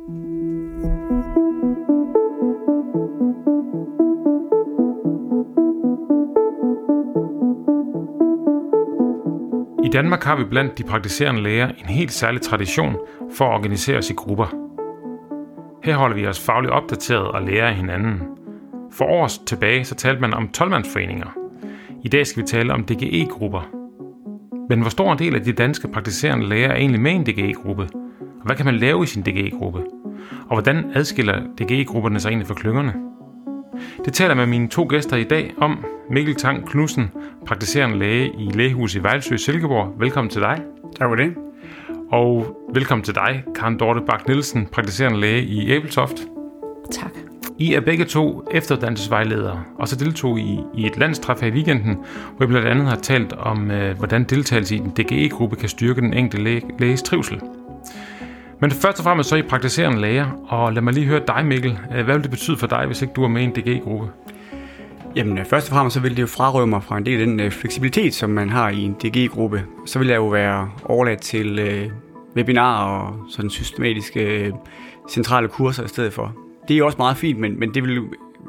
I Danmark har vi blandt de praktiserende læger en helt særlig tradition for at organisere os i grupper. Her holder vi os fagligt opdateret og lærer af hinanden. For år tilbage så talte man om 12-mandsforeninger. I dag skal vi tale om DGE-grupper. Men hvor stor en del af de danske praktiserende læger er egentlig med i en DGE-gruppe? Og hvad kan man lave i sin DGE-gruppe? Og hvordan adskiller DGE-grupperne sig egentlig fra klyngerne? Det taler jeg med mine to gæster i dag om. Mikkel Tang Knudsen, praktiserende læge i Lægehuset i Vejlsø, Silkeborg. Velkommen til dig. Tak for det. Og velkommen til dig, Karen Dorte Bak Nielsen, praktiserende læge i Ebeltoft. Tak. I er begge to efteruddannelsesvejledere, og så deltog I et landstræf her i weekenden, hvor I blandt andet har talt om, hvordan deltagelse i en DGE-gruppe kan styrke den enkelte læges trivsel. Men først og fremmest så er I praktiserende læger, og lad mig lige høre dig, Mikkel. Hvad vil det betyde for dig, hvis ikke du er med i en DGE-gruppe? Jamen, først og fremmest så vil det jo frarøve mig fra en del af den fleksibilitet, som man har i en DGE-gruppe. Så vil jeg jo være overladt til webinarer og sådan systematiske centrale kurser i stedet for. Det er jo også meget fint, men det vil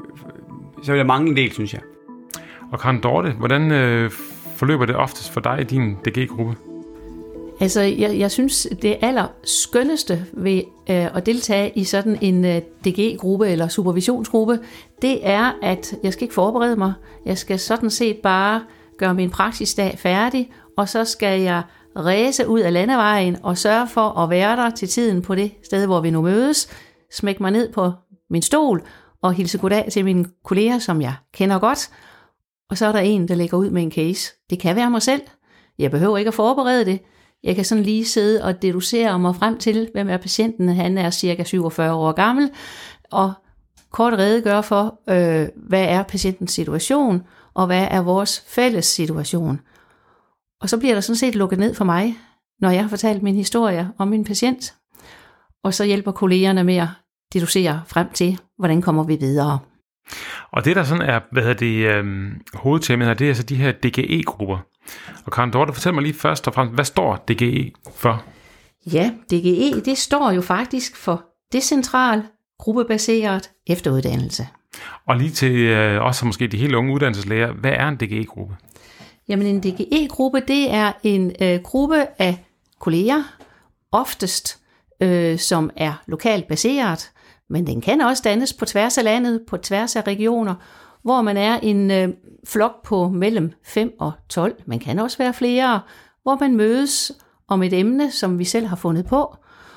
så vil jeg mangle en del, synes jeg. Og Karen Dorte, hvordan forløber det oftest for dig i din DGE-gruppe? Altså, jeg synes, det allerskønneste ved at deltage i sådan en DGE-gruppe eller supervisionsgruppe, det er, at jeg skal ikke forberede mig. Jeg skal sådan set bare gøre min praksisdag færdig, og så skal jeg ræse ud af landevejen og sørge for at være der til tiden på det sted, hvor vi nu mødes, smække mig ned på min stol og hilse goddag til mine kolleger, som jeg kender godt. Og så er der en, der lægger ud med en case. Det kan være mig selv. Jeg behøver ikke at forberede det. Jeg kan sådan lige sidde og deducere mig frem til, hvem er patienten. Han er cirka 47 år gammel, og kort redegøre for, hvad er patientens situation, og hvad er vores fælles situation. Og så bliver der sådan set lukket ned for mig, når jeg har fortalt min historie om min patient, og så hjælper kollegerne med at deducere frem til, hvordan kommer vi videre. Og det der sådan er, hovedtemaet her, det er altså de her DGE-grupper. Og Karen Dorte, fortæl mig lige først og fremmest, hvad står DGE for? Ja, DGE, det står jo faktisk for decentral, gruppebaseret efteruddannelse. Og lige til også måske de helt unge uddannelseslæger, hvad er en DGE-gruppe? Jamen en DGE-gruppe, det er en gruppe af kolleger, oftest som er lokalt baseret, men den kan også dannes på tværs af landet, på tværs af regioner, hvor man er en flok på mellem 5 og 12, man kan også være flere, hvor man mødes om et emne, som vi selv har fundet på,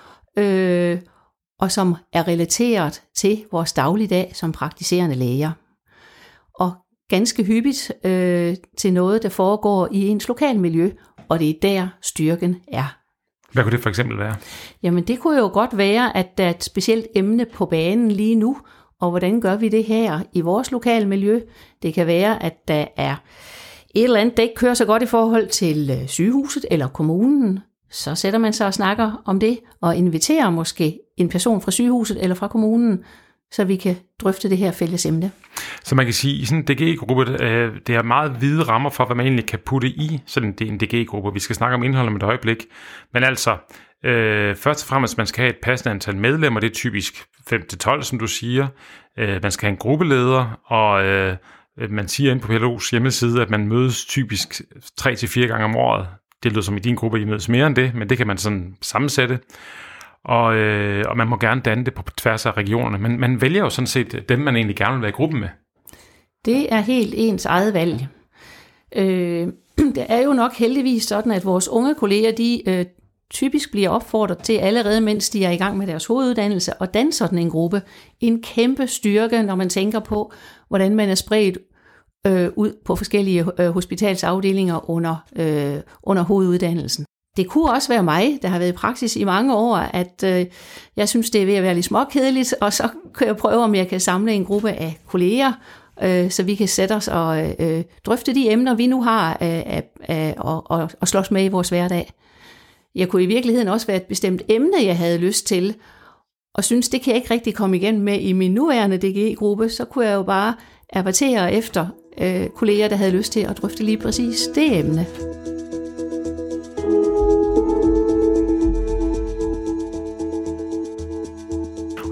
og som er relateret til vores dagligdag som praktiserende læger. Og ganske hyppigt til noget, der foregår i ens lokalmiljø, og det er der styrken er. Hvad kunne det for eksempel være? Jamen det kunne jo godt være, at der er et specielt emne på banen lige nu, og hvordan gør vi det her i vores lokalmiljø? Det kan være, at der er et eller andet, der ikke kører så godt i forhold til sygehuset eller kommunen. Så sætter man sig og snakker om det, og inviterer måske en person fra sygehuset eller fra kommunen, så vi kan drøfte det her fælles emne. Så man kan sige, at i sådan en DGE-gruppe, det er meget vide rammer for, hvad man egentlig kan putte i sådan en DGE-gruppe. Vi skal snakke om indholdet om et øjeblik. Men altså, først og fremmest, man skal have et passende antal medlemmer. Det er typisk 5-12, som du siger. Man skal have en gruppeleder, og man siger inde på PLO's hjemmeside, at man mødes typisk 3-4 gange om året. Det lyder som i din gruppe, I mødes mere end det, men det kan man sådan sammensætte. Og man må gerne danne det på tværs af regionerne, men man vælger jo sådan set dem, man egentlig gerne vil være i gruppen med. Det er helt ens eget valg. Det er jo nok heldigvis sådan, at vores unge kolleger, de typisk bliver opfordret til allerede, mens de er i gang med deres hoveduddannelse, at danne sådan en gruppe. En kæmpe styrke, når man tænker på, hvordan man er spredt ud på forskellige hospitalsafdelinger under hoveduddannelsen. Det kunne også være mig, der har været i praksis i mange år, at jeg synes, det er ved at være lidt småkedeligt, og så kan jeg prøve, om jeg kan samle en gruppe af kolleger, så vi kan sætte os og drøfte de emner, vi nu har og slås med i vores hverdag. Jeg kunne i virkeligheden også være et bestemt emne, jeg havde lyst til, og synes, det kan jeg ikke rigtig komme igen med i min nuværende DGE-gruppe, så kunne jeg jo bare avertere efter kolleger, der havde lyst til at drøfte lige præcis det emne.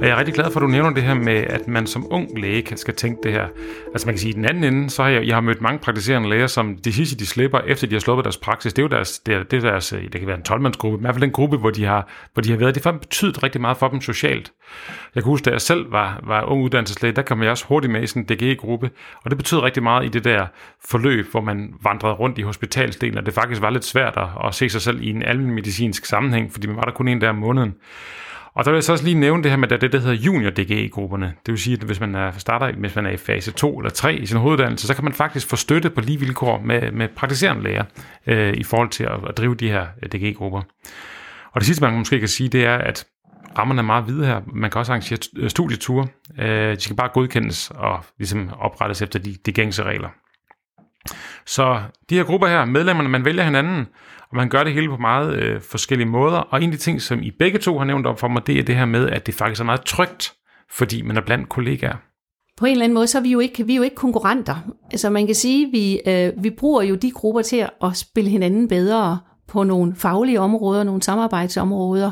jeg er rigtig glad for, at du nævner det her med, at man som ung læge skal tænke det her. Altså man kan sige, at i den anden ende, så har jeg har mødt mange praktiserende læger, som det sidste, de slipper, efter de har sluppet deres praksis. Det er jo deres, det kan være en 12-mandsgruppe, i hvert fald den gruppe, hvor de har været. Det har betydet rigtig meget for dem socialt. Jeg kan huske, da jeg selv var ung uddannelseslæge, der kom jeg også hurtigt med i sådan en DGE-gruppe, og det betød rigtig meget i det der forløb, hvor man vandrede rundt i hospitalsdelen, og det faktisk var lidt svært at se sig selv i en almen medicinsk sammenhæng, fordi man var der kun en dag om måneden. Og der vil jeg så også lige nævne det her med det der hedder junior-DGE-grupperne. Det vil sige, at hvis man er i fase 2 eller 3 i sin hoveduddannelse, så kan man faktisk få støtte på lige vilkår med praktiserende læger i forhold til at drive de her DGE-grupper. Og det sidste, man måske kan sige, det er, at rammerne er meget hvide her. Man kan også arrangere studieture. De skal bare godkendes og ligesom oprettes efter de gængse regler. Så de her grupper her, medlemmerne, man vælger hinanden, og man gør det hele på meget forskellige måder. Og en af de ting, som I begge to har nævnt op for mig, det er det her med, at det faktisk er meget trygt, fordi man er blandt kollegaer. På en eller anden måde, så er vi jo ikke konkurrenter. Altså man kan sige, vi bruger jo de grupper til at spille hinanden bedre på nogle faglige områder, nogle samarbejdsområder.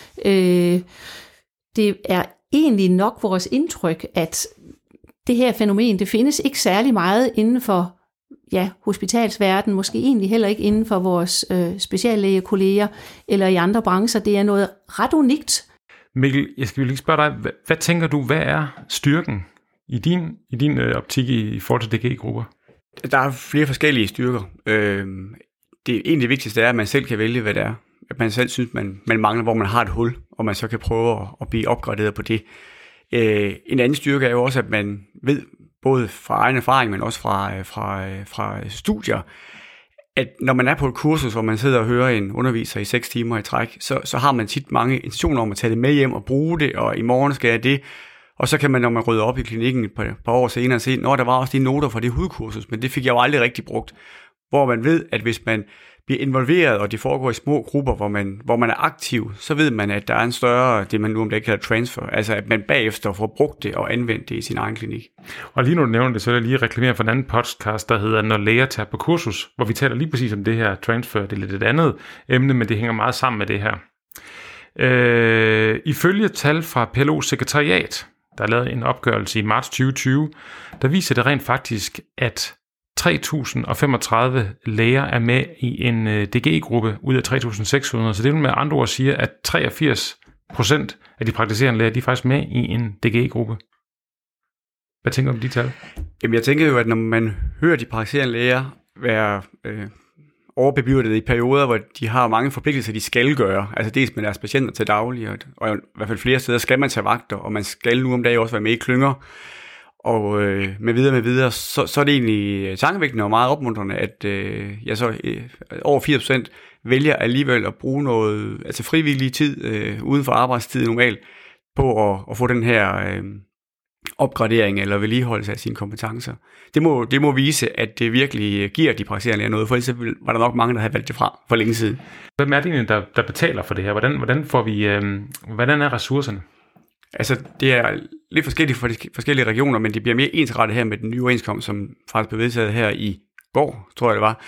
Det er egentlig nok vores indtryk, at det her fænomen, det findes ikke særlig meget inden for hospitalsverden, måske egentlig heller ikke inden for vores speciallægekolleger eller i andre brancher. Det er noget ret unikt. Mikkel, jeg skal lige spørge dig, hvad tænker du, hvad er styrken i din optik i forhold til DGE-grupper? Der er flere forskellige styrker. Det egentlig vigtigste er, at man selv kan vælge, hvad det er. At man selv synes, man mangler, hvor man har et hul, og man så kan prøve at blive opgraderet på det. En anden styrke er jo også, at man ved, både fra egen erfaring, men også fra studier, at når man er på et kursus, hvor man sidder og hører en underviser i 6 timer i træk, så har man tit mange intentioner om at tage det med hjem og bruge det, og i morgen skal jeg det. Og så kan man, når man rydder op i klinikken et par år senere, se, der var også de noter fra det hudkursus, men det fik jeg jo aldrig rigtig brugt. Hvor man ved, at hvis man bliver involveret, og det foregår i små grupper, hvor man er aktiv, så ved man, at der er en større, det man nu om det ikke kalder transfer, altså at man bagefter får brugt det og anvendt det i sin egen klinik. Og lige nu du nævner det, så vil jeg lige reklamere for en anden podcast, der hedder Når læger tager på kursus, hvor vi taler lige præcis om det her transfer. Det er lidt et andet emne, men det hænger meget sammen med det her. Ifølge tal fra PLO's sekretariat, der er lavet en opgørelse i marts 2020, der viser det rent faktisk, at 3.035 læger er med i en DGE-gruppe ud af 3.600, så det vil med andre ord sige, at 83% af de praktiserende læger, de er faktisk med i en DGE-gruppe. Hvad tænker du om de tal? Jamen jeg tænker jo, at når man hører de praktiserende læger være overbebyrdet i perioder, hvor de har mange forpligtelser, de skal gøre, altså dels med deres patienter til daglig, og i hvert fald flere steder skal man tage vagter, og man skal nu om dagen også være med i klynger, og med videre, så er det egentlig tankevækkende og meget opmuntrende, at over 80% vælger alligevel at bruge noget, altså frivillig tid, uden for arbejdstid normalt, på at få den her opgradering eller vedligeholdelse af sine kompetencer. Det må vise, at det virkelig giver de praktiserende læger noget, for ellers var der nok mange, der havde valgt det fra for længe siden. Hvem er det egentlig, der betaler for det her? Hvordan er ressourcerne? Altså, det er lidt forskelligt for de forskellige regioner, men det bliver mere ensrettet her med den nye overenskomst, som faktisk blev vedtaget her i går, tror jeg det var.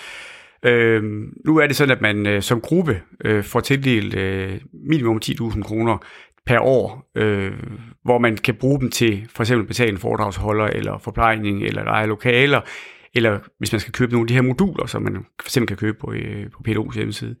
Nu er det sådan, at man som gruppe får tildelt minimum 10.000 kroner per år, hvor man kan bruge dem til for eksempel betale en foredragsholder, eller forplejning, eller leje lokaler, eller hvis man skal købe nogle af de her moduler, som man for eksempel kan købe på PLO's hjemmeside.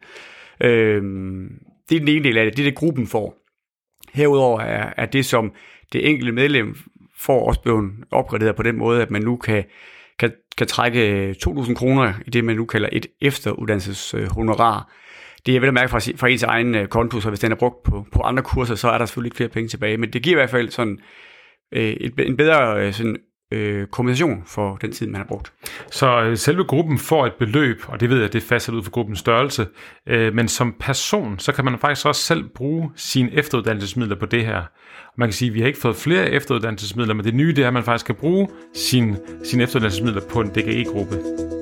Det er den ene del af det, det er det gruppen får. Herudover er det, som det enkelte medlem får, også blevet opgraderet på den måde, at man nu kan trække 2.000 kroner i det, man nu kalder et efteruddannelseshonorar. Det er vel at mærke fra ens egen konto, så hvis den er brugt på andre kurser, så er der selvfølgelig ikke flere penge tilbage. Men det giver i hvert fald sådan en bedre kompensation for den tid, man har brugt. Så selve gruppen får et beløb, og det ved jeg, det er fastsat ud for gruppens størrelse, men som person, så kan man faktisk også selv bruge sine efteruddannelsesmidler på det her. Man kan sige, at vi har ikke fået flere efteruddannelsesmidler, men det nye det er, at man faktisk kan bruge sine efteruddannelsesmidler på en DGE-gruppe.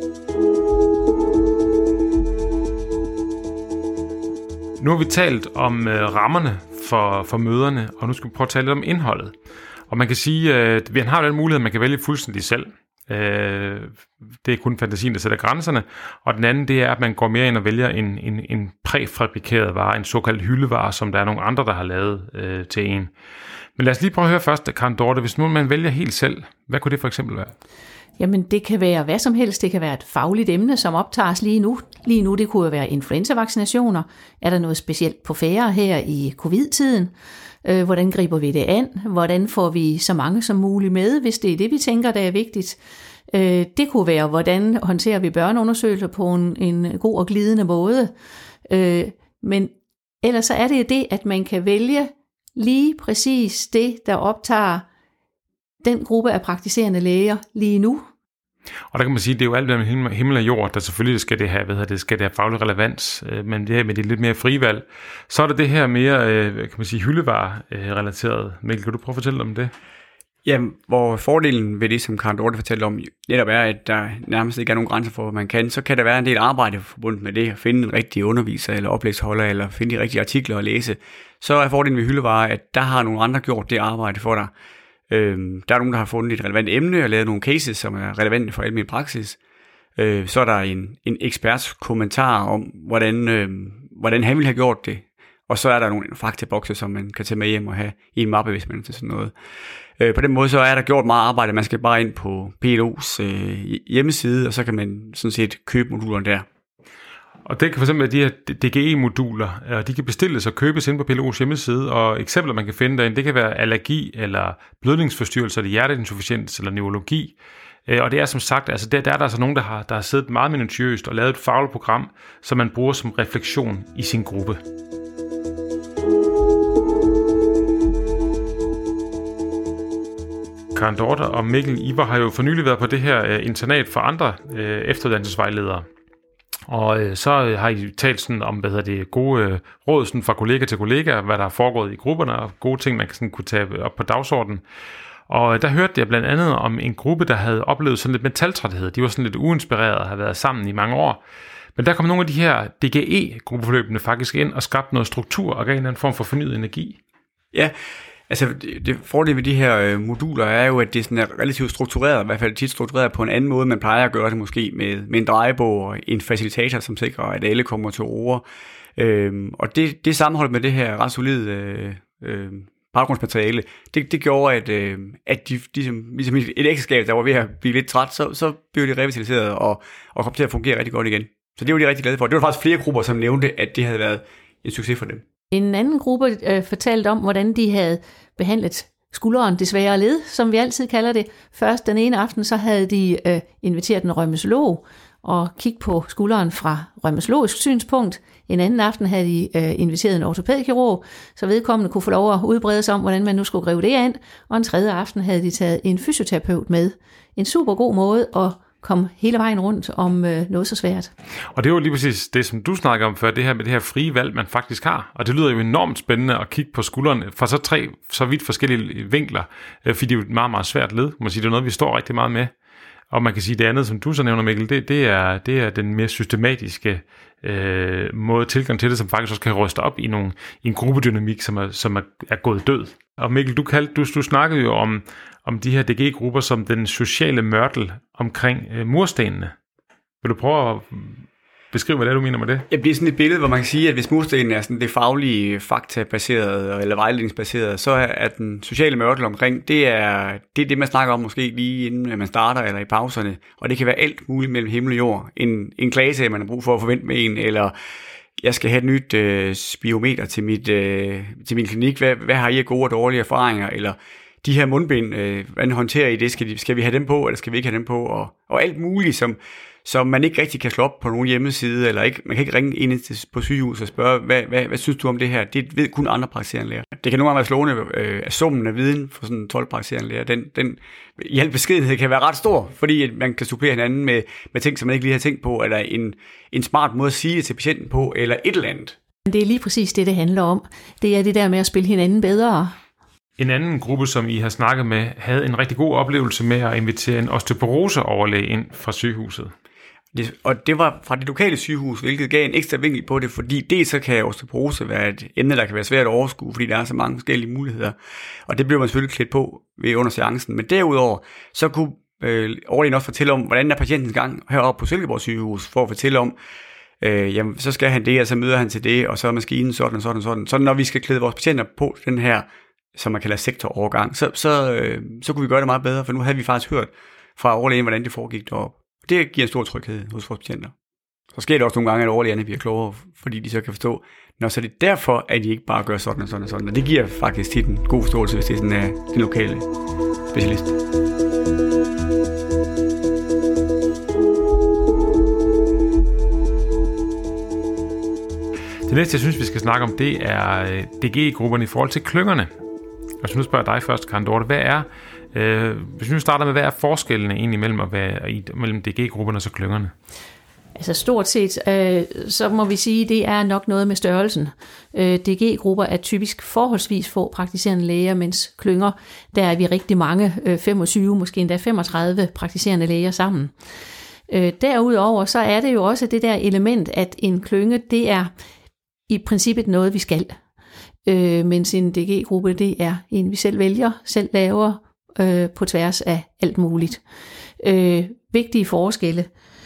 Nu har vi talt om rammerne for møderne, og nu skal vi prøve at tale lidt om indholdet. Og man kan sige, at vi har den mulighed, at man kan vælge fuldstændig selv. Det er kun fantasien, der sætter grænserne. Og den anden, det er, at man går mere ind og vælger en præfabrikeret vare, en såkaldt hyldevare, som der er nogle andre, der har lavet til en. Men lad os lige prøve at høre først, Karen Dorte, hvis nu man vælger helt selv, hvad kunne det for eksempel være? Jamen, det kan være hvad som helst. Det kan være et fagligt emne, som optages lige nu. Lige nu, det kunne jo være influenzavaccinationer. Er der noget specielt på færde her i covid-tiden? Hvordan griber vi det an? Hvordan får vi så mange som muligt med, hvis det er det, vi tænker, der er vigtigt? Det kunne være, hvordan håndterer vi børneundersøgelser på en god og glidende måde? Men ellers så er det det, at man kan vælge lige præcis det, der optager den gruppe af praktiserende læger lige nu. Og der kan man sige, at det er jo alt mellem himmel og jord, der selvfølgelig skal det have faglig relevans, men det her med det lidt mere frivalg. Så er det her mere, kan man sige, hyldevare-relateret. Mikkel, kan du prøve at fortælle om det? Jamen, hvor fordelen ved det, som Karen Dorte fortalte om, netop er, at der nærmest ikke er nogen grænser for, hvad man kan, så kan der være en del arbejde forbundet med det, at finde en rigtig underviser eller oplægsholder, eller finde de rigtige artikler at læse. Så er fordelen ved hyldevare, at der har nogle andre gjort det arbejde for dig. Der er nogen, der har fundet et relevant emne og lavet nogle cases, som er relevante for almen praksis. Så er der en eksperts kommentar om, hvordan han ville have gjort det. Og så er der nogle faktabokse, som man kan tage med hjem og have i en mappe, hvis man er til sådan noget. På den måde så er der gjort meget arbejde. Man skal bare ind på PLO's hjemmeside, og så kan man sådan set købe modulerne der. Og det kan for eksempel være de her DGE-moduler, de kan bestilles og købes ind på PLO's hjemmeside, og eksempler, man kan finde derinde, det kan være allergi, eller blødningsforstyrrelser, eller hjerteinsufficiens, eller neurologi. Og det er som sagt, altså der er der altså nogen, der har siddet meget minutiøst og lavet et fagligt program, som man bruger som refleksion i sin gruppe. Karen Dorte og Mikkel, I har jo for nylig været på det her internat for andre efteruddannelsesvejledere. Og så har I talt sådan om, gode råd sådan fra kollega til kollega, hvad der er foregået i grupperne, og gode ting, man sådan kunne tage op på dagsordenen. Og der hørte jeg blandt andet om en gruppe, der havde oplevet sådan lidt metaltræthed. De var sådan lidt uinspirerede og havde været sammen i mange år. Men der kom nogle af de her DGE-gruppeforløbene faktisk ind og skabte noget struktur og gav en eller anden form for fornyet energi. Ja, altså det fordel ved de her moduler er jo, at det sådan er relativt struktureret, i hvert fald tit struktureret på en anden måde, man plejer at gøre det måske med en drejebog og en facilitator, som sikrer, at alle kommer til ord. Og det sammenholdt med det her ret solide baggrundsmateriale, det gjorde, at de ligesom et ægteskab, der var ved at blive lidt træt, så blev de revitaliseret og kom til at fungere rigtig godt igen. Så det var de rigtig glade for. Det var faktisk flere grupper, som nævnte, at det havde været en succes for dem. En anden gruppe fortalte om, hvordan de havde behandlet skulderen, det svære led, som vi altid kalder det. Først den ene aften, så havde de inviteret en reumatolog og kigge på skulderen fra reumatologisk synspunkt. En anden aften havde de inviteret en ortopædkirurg, så vedkommende kunne få lov at udbrede sig om, hvordan man nu skulle gribe det an. Og en tredje aften havde de taget en fysioterapeut med. En super god måde at komme hele vejen rundt om noget så svært. Og det er jo lige præcis det, som du snakker om før, det her med det her frie valg, man faktisk har. Og det lyder jo enormt spændende at kigge på skuldrene fra så vidt forskellige vinkler, fordi det er jo et meget, meget svært led. Man siger, det er noget, vi står rigtig meget med. Og man kan sige, det andet, som du så nævner, Mikkel, det er den mere systematiske måde tilgang til det, som faktisk også kan ryste op i en gruppedynamik, som er gået død. Og Mikkel, du snakkede jo om de her DG-grupper som den sociale mørtel omkring murstenene. Vil du prøve at beskrive, hvad det er, du mener med det? Ja, det er sådan et billede, hvor man kan sige, at hvis murstenen er sådan det faglige, faktabaserede eller vejledningsbaserede, så er den sociale mørtel omkring, det er det, man snakker om måske lige inden man starter eller i pauserne. Og det kan være alt muligt mellem himmel og jord. En klagesag, man har brug for at forvente med en, eller jeg skal have et nyt spiometer til min klinik. Hvad har I af gode og dårlige erfaringer? Eller de her mundbind, hvordan håndterer I det? Skal vi have dem på, eller skal vi ikke have dem på? Og alt muligt, som man ikke rigtig kan slå op på nogen hjemmeside, eller ikke, man kan ikke ringe ind på sygehus og spørge, hvad synes du om det her? Det ved kun andre praktiserende læger. Det kan nogle gange være slående, at summen af viden for sådan 12 praktiserende læger, den i al beskedenhed kan være ret stor, fordi man kan supplere hinanden med ting, som man ikke lige har tænkt på, eller en smart måde at sige det til patienten på, eller et eller andet. Det er lige præcis det handler om. Det er det der med at spille hinanden bedre. En anden gruppe, som I har snakket med, havde en rigtig god oplevelse med at invitere en osteoporose-overlæge ind fra sygehuset. Og det var fra det lokale sygehus, hvilket gav en ekstra vinkel på det, fordi dels så kan osteoporose være et emne, der kan være svært at overskue, fordi der er så mange forskellige muligheder. Og det blev man selvfølgelig klædt på ved under seancen. Men derudover, så kunne overlægen også fortælle om, hvordan er patientens gang heroppe på Silkeborg sygehus, for at fortælle om, jamen, så skal han det, og så møder han til det, og så er maskinen sådan og sådan og sådan. Så når vi skal klæde vores patienter på den her som man kalder sektorovergang, så kunne vi gøre det meget bedre, for nu havde vi faktisk hørt fra overlægen, hvordan det foregik deroppe. Det giver en stor tryghed hos vores patienter. Så sker det også nogle gange, at overlægerne bliver klogere, fordi de så kan forstå, så er det derfor, at de ikke bare gør sådan og sådan og sådan. Og det giver faktisk tit en god forståelse, hvis det er sådan den lokale specialist. Det næste, jeg synes, vi skal snakke om, det er DGE-grupperne i forhold til klyngerne. Og så nu spørger jeg dig først, Karen Dorte, hvis vi nu starter med, hvad er forskellene egentlig mellem DGE-grupperne og så klyngerne? Altså stort set, så må vi sige, det er nok noget med størrelsen. DG-grupper er typisk forholdsvis få praktiserende læger, mens klynger, der er vi rigtig mange, 25, måske endda 35 praktiserende læger sammen. Derudover så er det jo også det der element, at en klynge, det er i princippet noget, vi skal. Mens en DG-gruppe, det er en, vi selv vælger, selv laver på tværs af alt muligt. Vigtige forskelle.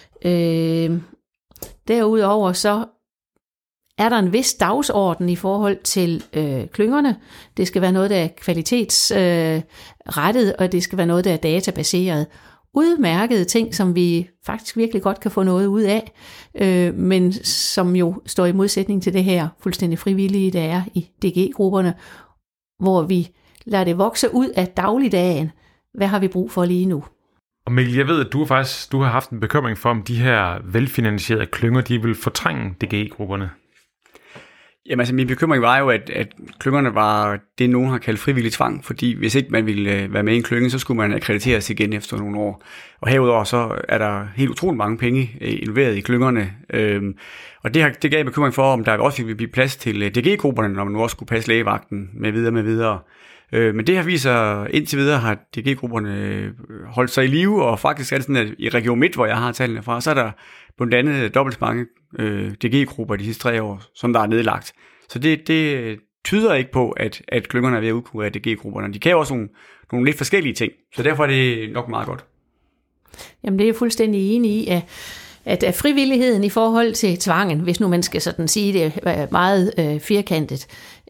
Derudover så er der en vis dagsorden i forhold til klyngerne. Det skal være noget, der er kvalitetsrettet, og det skal være noget, der er databaseret. Udmærkede ting, som vi faktisk virkelig godt kan få noget ud af, men som jo står i modsætning til det her fuldstændig frivillige, der er i DG-grupperne, hvor vi lader det vokse ud af dagligdagen. Hvad har vi brug for lige nu? Og Mikkel, jeg ved, at du har haft en bekymring for, om de her velfinansierede klynger, de vil fortrænge DGE-grupperne. Jamen altså, min bekymring var jo, at klyngerne var det, nogen har kaldt frivillig tvang, fordi hvis ikke man ville være med i en klynge, så skulle man akkrediteres igen efter nogle år. Og herudover så er der helt utroligt mange penge involveret i klyngerne. Og det gav bekymring for, om der også ville blive plads til DG-grupperne, når man nu også skulle passe lægevagten med videre. Men det har vist sig, indtil videre har DG-grupperne holdt sig i live, og faktisk er det sådan, at i Region Midt, hvor jeg har tallene fra, så er der blandt andet dobbelt så mange DG-grupper de sidste 3 år, som der er nedlagt. Så det tyder ikke på, at klyngerne er ved at udkure af DG-grupperne. De kan jo også nogle lidt forskellige ting, så derfor er det nok meget godt. Jamen det er jeg fuldstændig enig i, at frivilligheden i forhold til tvangen, hvis nu man skal sådan sige det meget firkantet,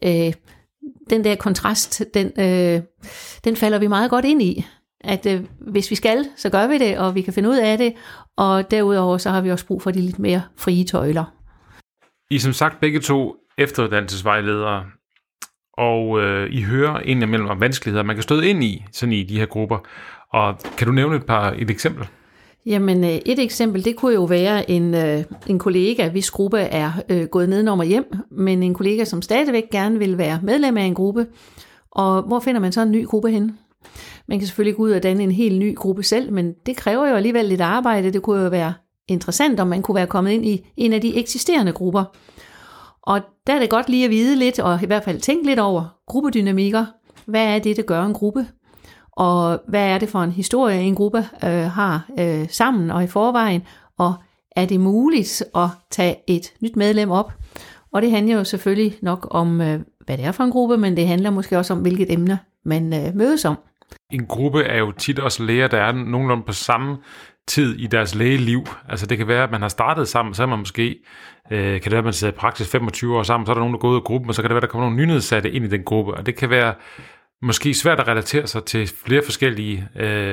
den der kontrast, den falder vi meget godt ind i. At hvis vi skal, så gør vi det, og vi kan finde ud af det. Og derudover så har vi også brug for de lidt mere frie tøjler. I er som sagt begge to efteruddannelsesvejledere, og I hører indimellem om vanskeligheder, man kan støde ind i, sådan i de her grupper. Og kan du nævne et eksempel? Jamen et eksempel, det kunne jo være en kollega, hvis gruppe er gået nedenom og hjem, men en kollega, som stadigvæk gerne vil være medlem af en gruppe. Og hvor finder man så en ny gruppe henne? Man kan selvfølgelig gå ud og danne en helt ny gruppe selv, men det kræver jo alligevel lidt arbejde. Det kunne jo være interessant, om man kunne være kommet ind i en af de eksisterende grupper. Og der er det godt lige at vide lidt, og i hvert fald tænke lidt over gruppedynamikker. Hvad er det, der gør en gruppe? Og hvad er det for en historie, en gruppe har sammen og i forvejen? Og er det muligt at tage et nyt medlem op? Og det handler jo selvfølgelig nok om, hvad det er for en gruppe, men det handler måske også om, hvilket emne man mødes om. En gruppe er jo tit også læger, der er nogenlunde på samme tid i deres lægeliv. Altså det kan være, at man har startet sammen, så er man måske, kan det være, at man sidder i praksis 25 år sammen, så er der nogen, der går ud af gruppen, og så kan det være, at der kommer nogle nynedsatte ind i den gruppe, og det kan være måske svært at relatere sig til flere forskellige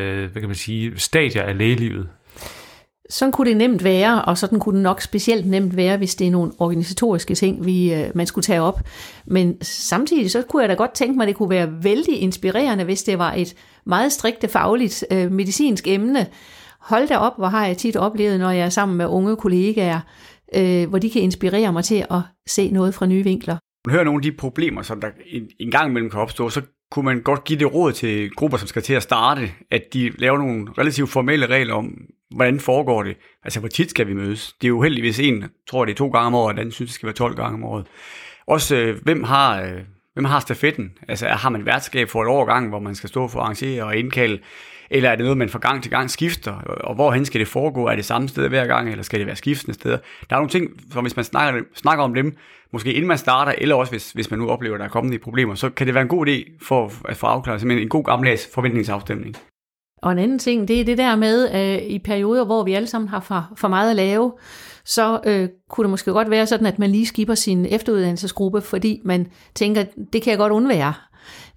stadier af lægelivet. Sådan kunne det nemt være, og sådan kunne det nok specielt nemt være, hvis det er nogle organisatoriske ting, man skulle tage op. Men samtidig så kunne jeg da godt tænke mig, at det kunne være vældig inspirerende, hvis det var et meget strikte fagligt medicinsk emne. Hold da op, hvor har jeg tit oplevet, når jeg er sammen med unge kollegaer, hvor de kan inspirere mig til at se noget fra nye vinkler. Man hører nogle af de problemer, som der en gang imellem kan opstå, så kunne man godt give det råd til grupper, som skal til at starte, at de laver nogle relativt formelle regler om, hvordan foregår det. Altså, hvor tit skal vi mødes? Det er jo heldigvis tror det er 2 gange om året, og den synes, det skal være 12 gange om året. Også, hvem har stafetten? Altså, har man værtskab for et år gang, hvor man skal stå for at arrangere og indkalde? Eller er det noget, man fra gang til gang skifter? Og hvorhen skal det foregå? Er det samme sted hver gang, eller skal det være skiftende steder? Der er nogle ting, som hvis man snakker om dem, måske inden man starter, eller også hvis man nu oplever, at der er kommet problemer, så kan det være en god idé for at få afklaret simpelthen en god gammeldags forventningsafstemning. Og en anden ting, det er det der med, i perioder, hvor vi alle sammen har for meget at lave, så kunne det måske godt være sådan, at man lige skipper sin efteruddannelsesgruppe, fordi man tænker, det kan jeg godt undvære.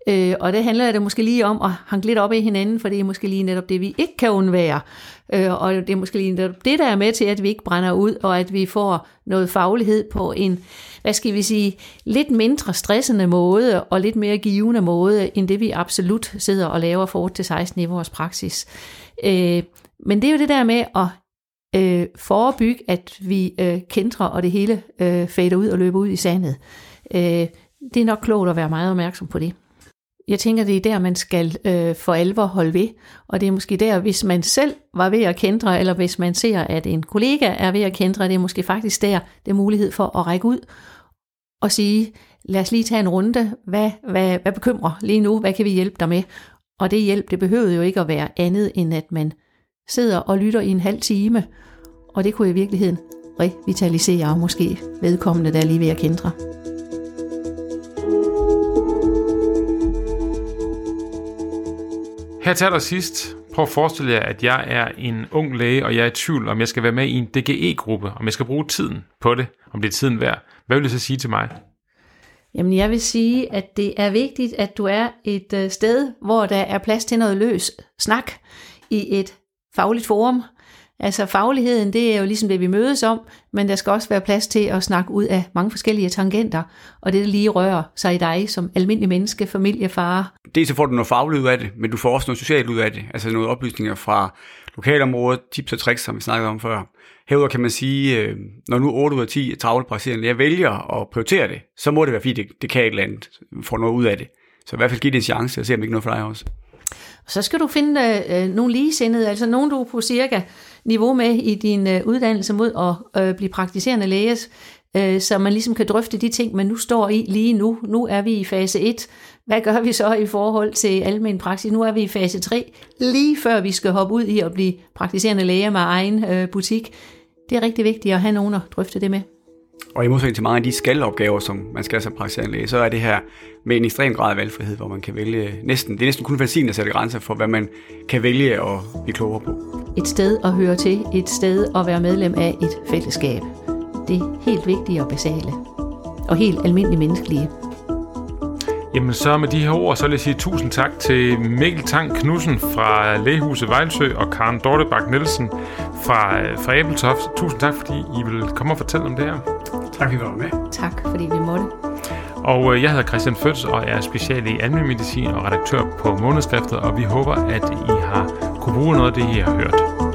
Og det handler det måske lige om at hanke lidt op i hinanden, for det er måske lige netop det, vi ikke kan undvære. Og det er måske lige netop det, der er med til, at vi ikke brænder ud, og at vi får noget faglighed på en, lidt mindre stressende måde, og lidt mere givende måde, end det vi absolut sidder og laver for 8-16 i vores praksis. Men det er jo det der med at forebygge, at vi kæntrer, og det hele fader ud og løber ud i sandet. Det er nok klogt at være meget opmærksom på det. Jeg tænker, det er der, man skal for alvor holde ved, og det er måske der, hvis man selv var ved at kæntre, eller hvis man ser, at en kollega er ved at kæntre, det er måske faktisk der, det er mulighed for at række ud og sige, lad os lige tage en runde, hvad bekymrer lige nu, hvad kan vi hjælpe dig med? Og det hjælp, det behøvede jo ikke at være andet, end at man sidder og lytter i en halv time, og det kunne i virkeligheden revitalisere måske vedkommende, der er lige ved at kæntre. Her til allersidst, prøv at forestille jer, at jeg er en ung læge, og jeg er i tvivl, om jeg skal være med i en DGE-gruppe, om jeg skal bruge tiden på det, om det er tiden værd. Hvad vil du så sige til mig? Jamen, jeg vil sige, at det er vigtigt, at du er et sted, hvor der er plads til noget løs snak i et fagligt forum. Altså fagligheden, det er jo ligesom det, vi mødes om, men der skal også være plads til at snakke ud af mange forskellige tangenter, og det lige rører sig i dig som almindelig menneske, familiefar. Dels så får du noget fagligt ud af det, men du får også noget socialt ud af det, altså nogle oplysninger fra lokalområdet, tips og tricks, som vi snakkede om før. Herudover kan man sige, når nu 8 ud af 10 travle praktiserende læger vælger at prioritere det, så må det være, fordi det kan et eller andet, får noget ud af det. Så i hvert fald give det en chance, og se om ikke noget for dig også. Så skal du finde nogle ligesindede, altså nogen, du er på cirka niveau med i din uddannelse mod at blive praktiserende læge, så man ligesom kan drøfte de ting, man nu står i lige nu. Nu er vi i fase 1. Hvad gør vi så i forhold til almen praksis? Nu er vi i fase 3, lige før vi skal hoppe ud i at blive praktiserende læge med egen butik. Det er rigtig vigtigt at have nogen at drøfte det med. Og i modsætning til mange af de skalopgaver, som man skal som praktiserende læge, så er det her med en ekstrem grad af valgfrihed, hvor man kan vælge det er næsten kun fantasien, der sætter grænser for, hvad man kan vælge at blive klogere på. Et sted at høre til, et sted at være medlem af et fællesskab. Det er helt vigtigt og basale, og helt almindelige menneskelige. Jamen så med de her ord, så vil jeg sige tusind tak til Mikkel Tang Knudsen fra Lægehuset Vejlsø og Karen Dorte Bak Nielsen fra Ebeltoft. Tusind tak, fordi I vil komme og fortælle om det her. Tak, fordi I var med. Tak, fordi vi måtte. Og jeg hedder Christian Føtz og er special i almen medicin og redaktør på Månedskriftet, og vi håber, at I har kunne bruge noget af det, I har hørt.